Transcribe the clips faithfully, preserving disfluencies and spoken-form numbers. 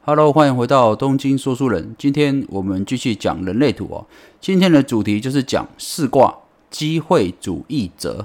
Hello， 欢迎回到东京说书人。今天我们继续讲人类图哦。今天的主题就是讲四卦机会主义者。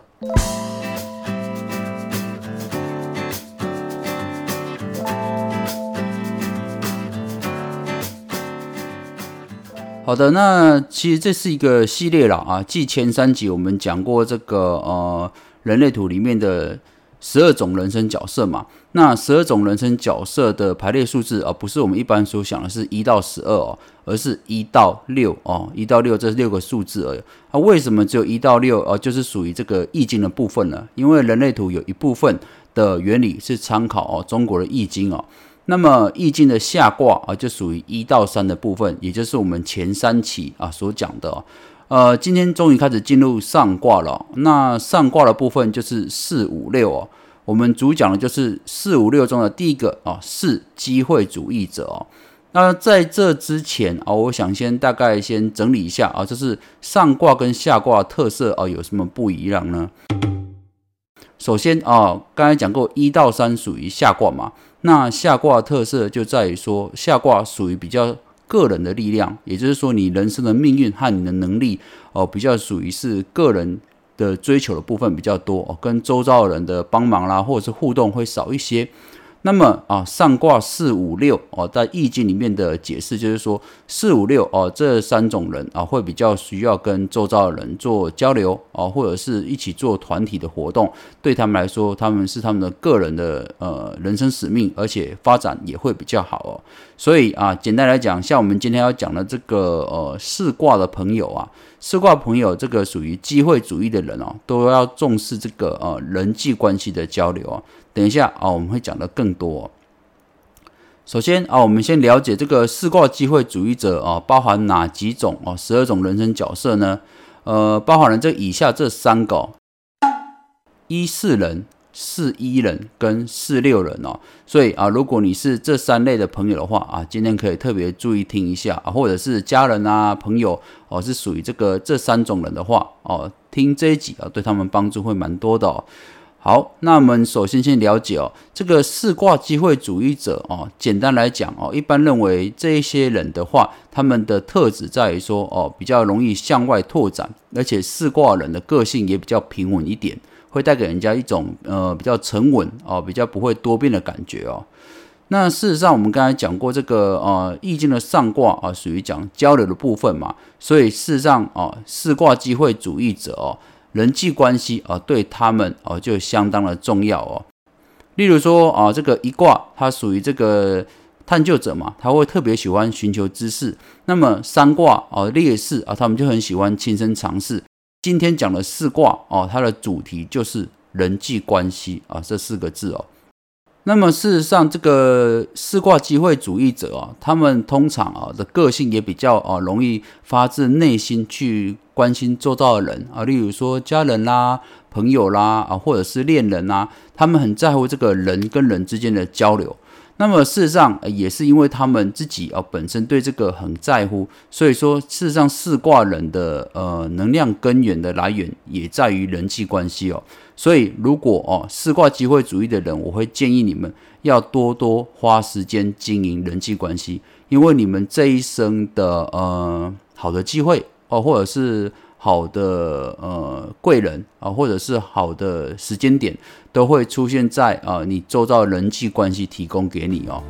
好的，那其实这是一个系列啦啊。继前三集我们讲过这个呃人类图里面的十二种人生角色嘛。那十二种人生角色的排列数字啊，不是我们一般所想的是一到十二哦，而是一到六哦，一到六这是六个数字而已。啊，为什么只有一到六啊？就是属于这个易经的部分呢？因为人类图有一部分的原理是参考哦中国的易经哦。那么易经的下卦啊，就属于一到三的部分，也就是我们前三期啊所讲的哦。呃，今天终于开始进入上卦了哦。那上卦的部分就是四五六哦。我们主讲的就是四五六中的第一个啊，是机会主义者哦。那在这之前啊，我想先大概先整理一下啊，就是上卦跟下卦的特色啊有什么不一样呢？首先啊，刚才讲过一到三属于下卦嘛，那下卦的特色就在于说，下卦属于比较个人的力量，也就是说你人生的命运和你的能力哦，比较属于是个人的追求的部分比较多哦，跟周遭的人的帮忙啦，或者是互动会少一些。那么啊，上卦四五六哦，在易经里面的解释就是说，四五六哦这三种人啊，会比较需要跟周遭的人做交流哦，或者是一起做团体的活动，对他们来说，他们是他们的个人的呃人生使命，而且发展也会比较好哦。所以啊，简单来讲，像我们今天要讲的这个呃四卦的朋友啊，四卦朋友这个属于机会主义的人哦，都要重视这个呃人际关系的交流啊。等一下啊，我们会讲的更多哦。首先啊，我们先了解这个四卦机会主义者啊，包含哪几种啊？十二种人生角色呢？呃，包含了这以下这三个、哦：一四人、四一人跟四六人哦。所以啊，如果你是这三类的朋友的话啊，今天可以特别注意听一下啊，或者是家人啊、朋友哦，是属于这个这三种人的话哦，听这一集啊，对他们帮助会蛮多的哦。好，那我们首先先了解哦，这个四卦机会主义者哦，简单来讲哦，一般认为这一些人的话，他们的特质在于说哦，比较容易向外拓展，而且四卦人的个性也比较平稳一点，会带给人家一种呃比较沉稳哦，比较不会多变的感觉哦。那事实上，我们刚才讲过这个呃易经的上卦啊，属于讲交流的部分嘛，所以事实上哦，四卦机会主义者哦。人际关系啊，对他们啊就相当的重要哦。例如说啊，这个一卦它属于这个探究者嘛，他会特别喜欢寻求知识。那么三卦啊，烈士啊，他们就很喜欢亲身尝试。今天讲的四卦哦，它的主题就是人际关系啊，这四个字哦。那么事实上，这个四卦机会主义者啊，他们通常啊的个性也比较啊容易发自内心去关心周遭的人啊，例如说家人啦、朋友啦啊，或者是恋人啦，他们很在乎这个人跟人之间的交流。那么事实上也是因为他们自己啊本身对这个很在乎，所以说事实上四卦人的呃能量根源的来源也在于人际关系哦。所以如果哦四卦机会主义的人，我会建议你们要多多花时间经营人际关系，因为你们这一生的呃好的机会哦，或者是好的呃贵人啊，或者是好的时间点，都会出现在啊、呃、你周遭的人际关系提供给你哦。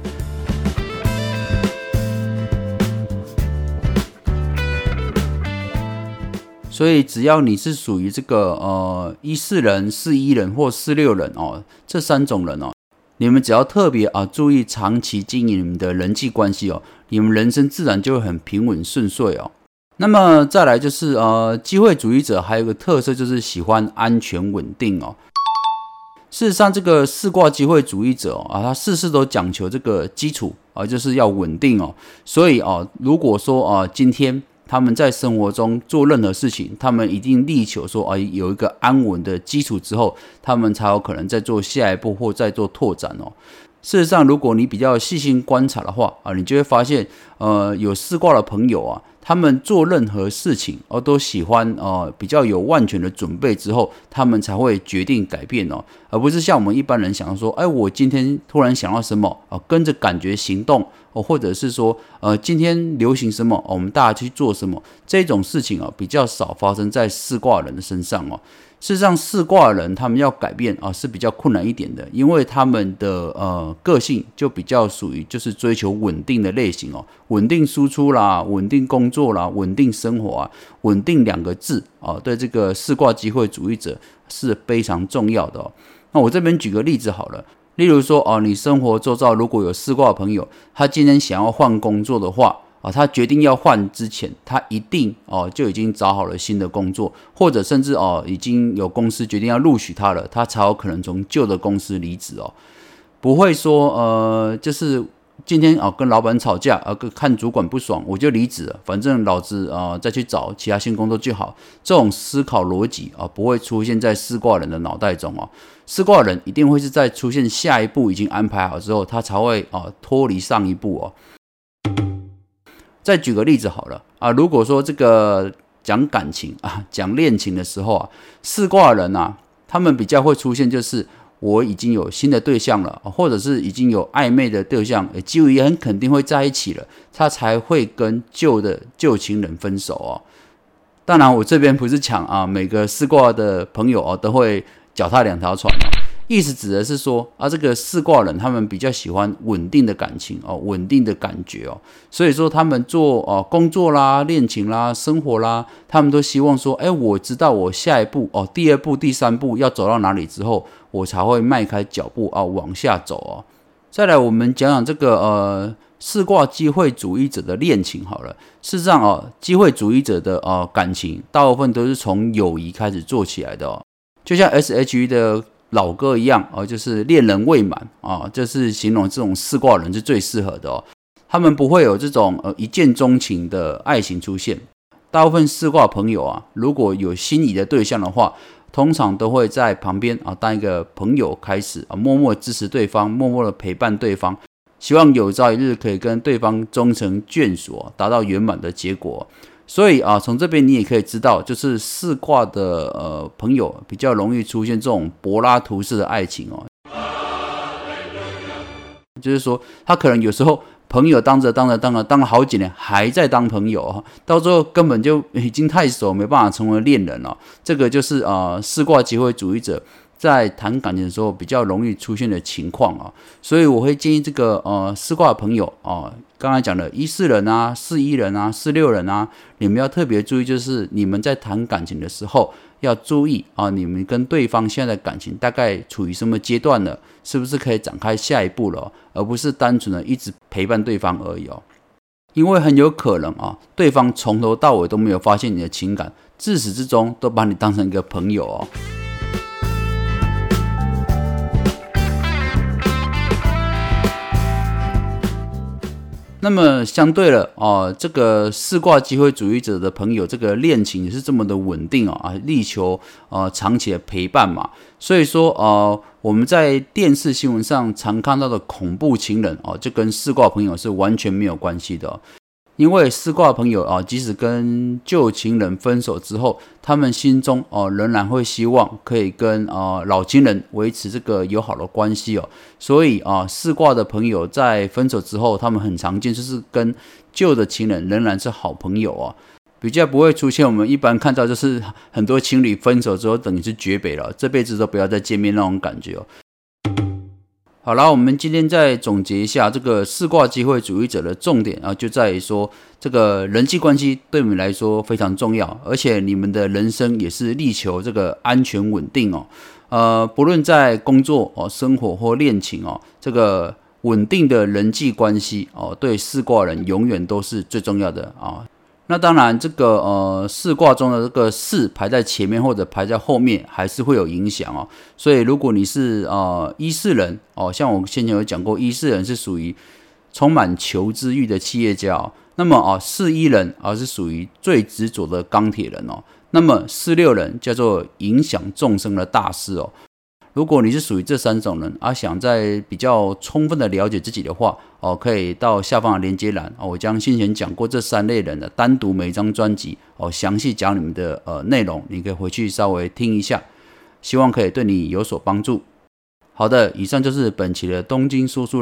所以只要你是属于这个呃一四人、四一人或四六人哦，这三种人哦，你们只要特别啊注意长期经营你们的人际关系哦，你们人生自然就会很平稳顺遂哦。那么再来就是呃机会主义者还有一个特色就是喜欢安全稳定哦。事实上，这个四卦机会主义者啊，他事事都讲求这个基础啊，就是要稳定哦。所以啊，如果说啊今天他们在生活中做任何事情，他们一定力求说啊有一个安稳的基础之后，他们才有可能再做下一步或再做拓展哦。事实上，如果你比较细心观察的话啊，你就会发现，呃，有四卦的朋友啊，他们做任何事情哦，都喜欢呃比较有万全的准备之后，他们才会决定改变哦，而不是像我们一般人想说，哎，我今天突然想到什么啊，跟着感觉行动哦，或者是说呃今天流行什么，哦，我们大家去做什么，这种事情啊比较少发生在四卦人的身上哦。事实上，四卦人他们要改变啊是比较困难一点的，因为他们的呃个性就比较属于就是追求稳定的类型哦，稳定输出啦，稳定工作啦，稳定生活啊，稳定两个字啊，对这个四卦机会主义者是非常重要的哦。那我这边举个例子好了。例如说哦，你生活周遭如果有四卦的朋友，他今天想要换工作的话，啊，他决定要换之前，他一定哦就已经找好了新的工作，或者甚至哦已经有公司决定要录取他了，他才有可能从旧的公司离职哦，不会说呃就是今天啊、哦、跟老板吵架，呃看主管不爽我就离职了，反正老子啊、呃、再去找其他新工作就好。这种思考逻辑啊、哦、不会出现在四卦人的脑袋中哦。四卦人一定会是在出现下一步已经安排好之后，他才会啊、哦、脱离上一步哦。再举个例子好了啊，如果说这个讲感情啊讲恋情的时候啊，四卦人啊他们比较会出现就是我已经有新的对象了，或者是已经有暧昧的对象，几乎也很肯定会在一起了，他才会跟旧的旧情人分手哦。当然，我这边不是讲啊，每个四卦的朋友哦都会脚踏两条船哦，意思指的是说啊，这个四卦人他们比较喜欢稳定的感情哦，稳定的感觉哦，所以说他们做哦工作啦、恋情啦、生活啦，他们都希望说，哎，我知道我下一步哦，第二步、第三步要走到哪里之后，我才会迈开脚步啊往下走哦。再来，我们讲讲这个呃四卦机会主义者的恋情好了。事实上哦，机会主义者的呃感情大部分都是从友谊开始做起来的哦，就像 S H E 的老歌一样哦，就是恋人未满啊，这是形容这种四卦人是最适合的哦。他们不会有这种呃一见钟情的爱情出现。大部分四卦朋友啊，如果有心仪的对象的话，通常都会在旁边啊当一个朋友开始啊，默默支持对方，默默的陪伴对方，希望有朝一日可以跟对方终成眷属，达到圆满的结果。所以啊，从这边你也可以知道，就是四卦的呃朋友比较容易出现这种柏拉图式的爱情哦，就是说他可能有时候朋友当着当着当着当了好几年，还在当朋友哦，到最后根本就已经太熟，没办法成为恋人了。这个就是呃四卦机会主义者在谈感情的时候比较容易出现的情况啊，所以我会建议这个呃四卦的朋友啊，刚才讲的一四人啊、四一人啊、四六人啊，你们要特别注意，就是你们在谈感情的时候要注意啊，你们跟对方现在的感情大概处于什么阶段了，是不是可以展开下一步了，而不是单纯的一直陪伴对方而已哦。因为很有可能啊，对方从头到尾都没有发现你的情感，自始至终都把你当成一个朋友哦。那么相对了哦，这个四卦机会主义者的朋友，这个恋情也是这么的稳定哦啊，力求呃长期的陪伴嘛。所以说呃，我们在电视新闻上常看到的恐怖情人哦，就跟四卦朋友是完全没有关系的哦。因为四卦朋友啊，即使跟旧情人分手之后，他们心中哦仍然会希望可以跟啊老情人维持这个友好的关系哦。所以啊，四卦的朋友在分手之后，他们很常见就是跟旧的情人仍然是好朋友哦，比较不会出现我们一般看到就是很多情侣分手之后等于是绝北了，这辈子都不要再见面那种感觉哦。好啦，我们今天再总结一下这个四卦机会主义者的重点啊，就在于说这个人际关系对你们来说非常重要，而且你们的人生也是力求这个安全稳定哦。呃，不论在工作哦、生活或恋情哦，这个稳定的人际关系哦，对四卦人永远都是最重要的啊。那当然，这个呃四卦中的这个四排在前面或者排在后面，还是会有影响哦。所以，如果你是呃一四人哦，像我先前有讲过，一四人是属于充满求知欲的企业家哦。那么啊，四一人啊是属于最执着的钢铁人哦。那么四六人叫做影响众生的大师哦。如果你是属于这三种人啊，想在比较充分的了解自己的话哦，可以到下方的连结栏哦，我将先前讲过这三类人的单独每一张专辑哦，详细讲你们的呃内容，你可以回去稍微听一下，希望可以对你有所帮助。好的，以上就是本期的东京说书人，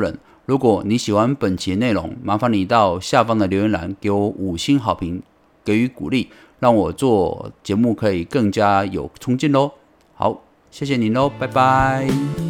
如果你喜欢本期的内容，麻烦你到下方的留言栏给我五星好评，给予鼓励，让我做节目可以更加有冲劲咯。好，谢谢您咯，拜拜。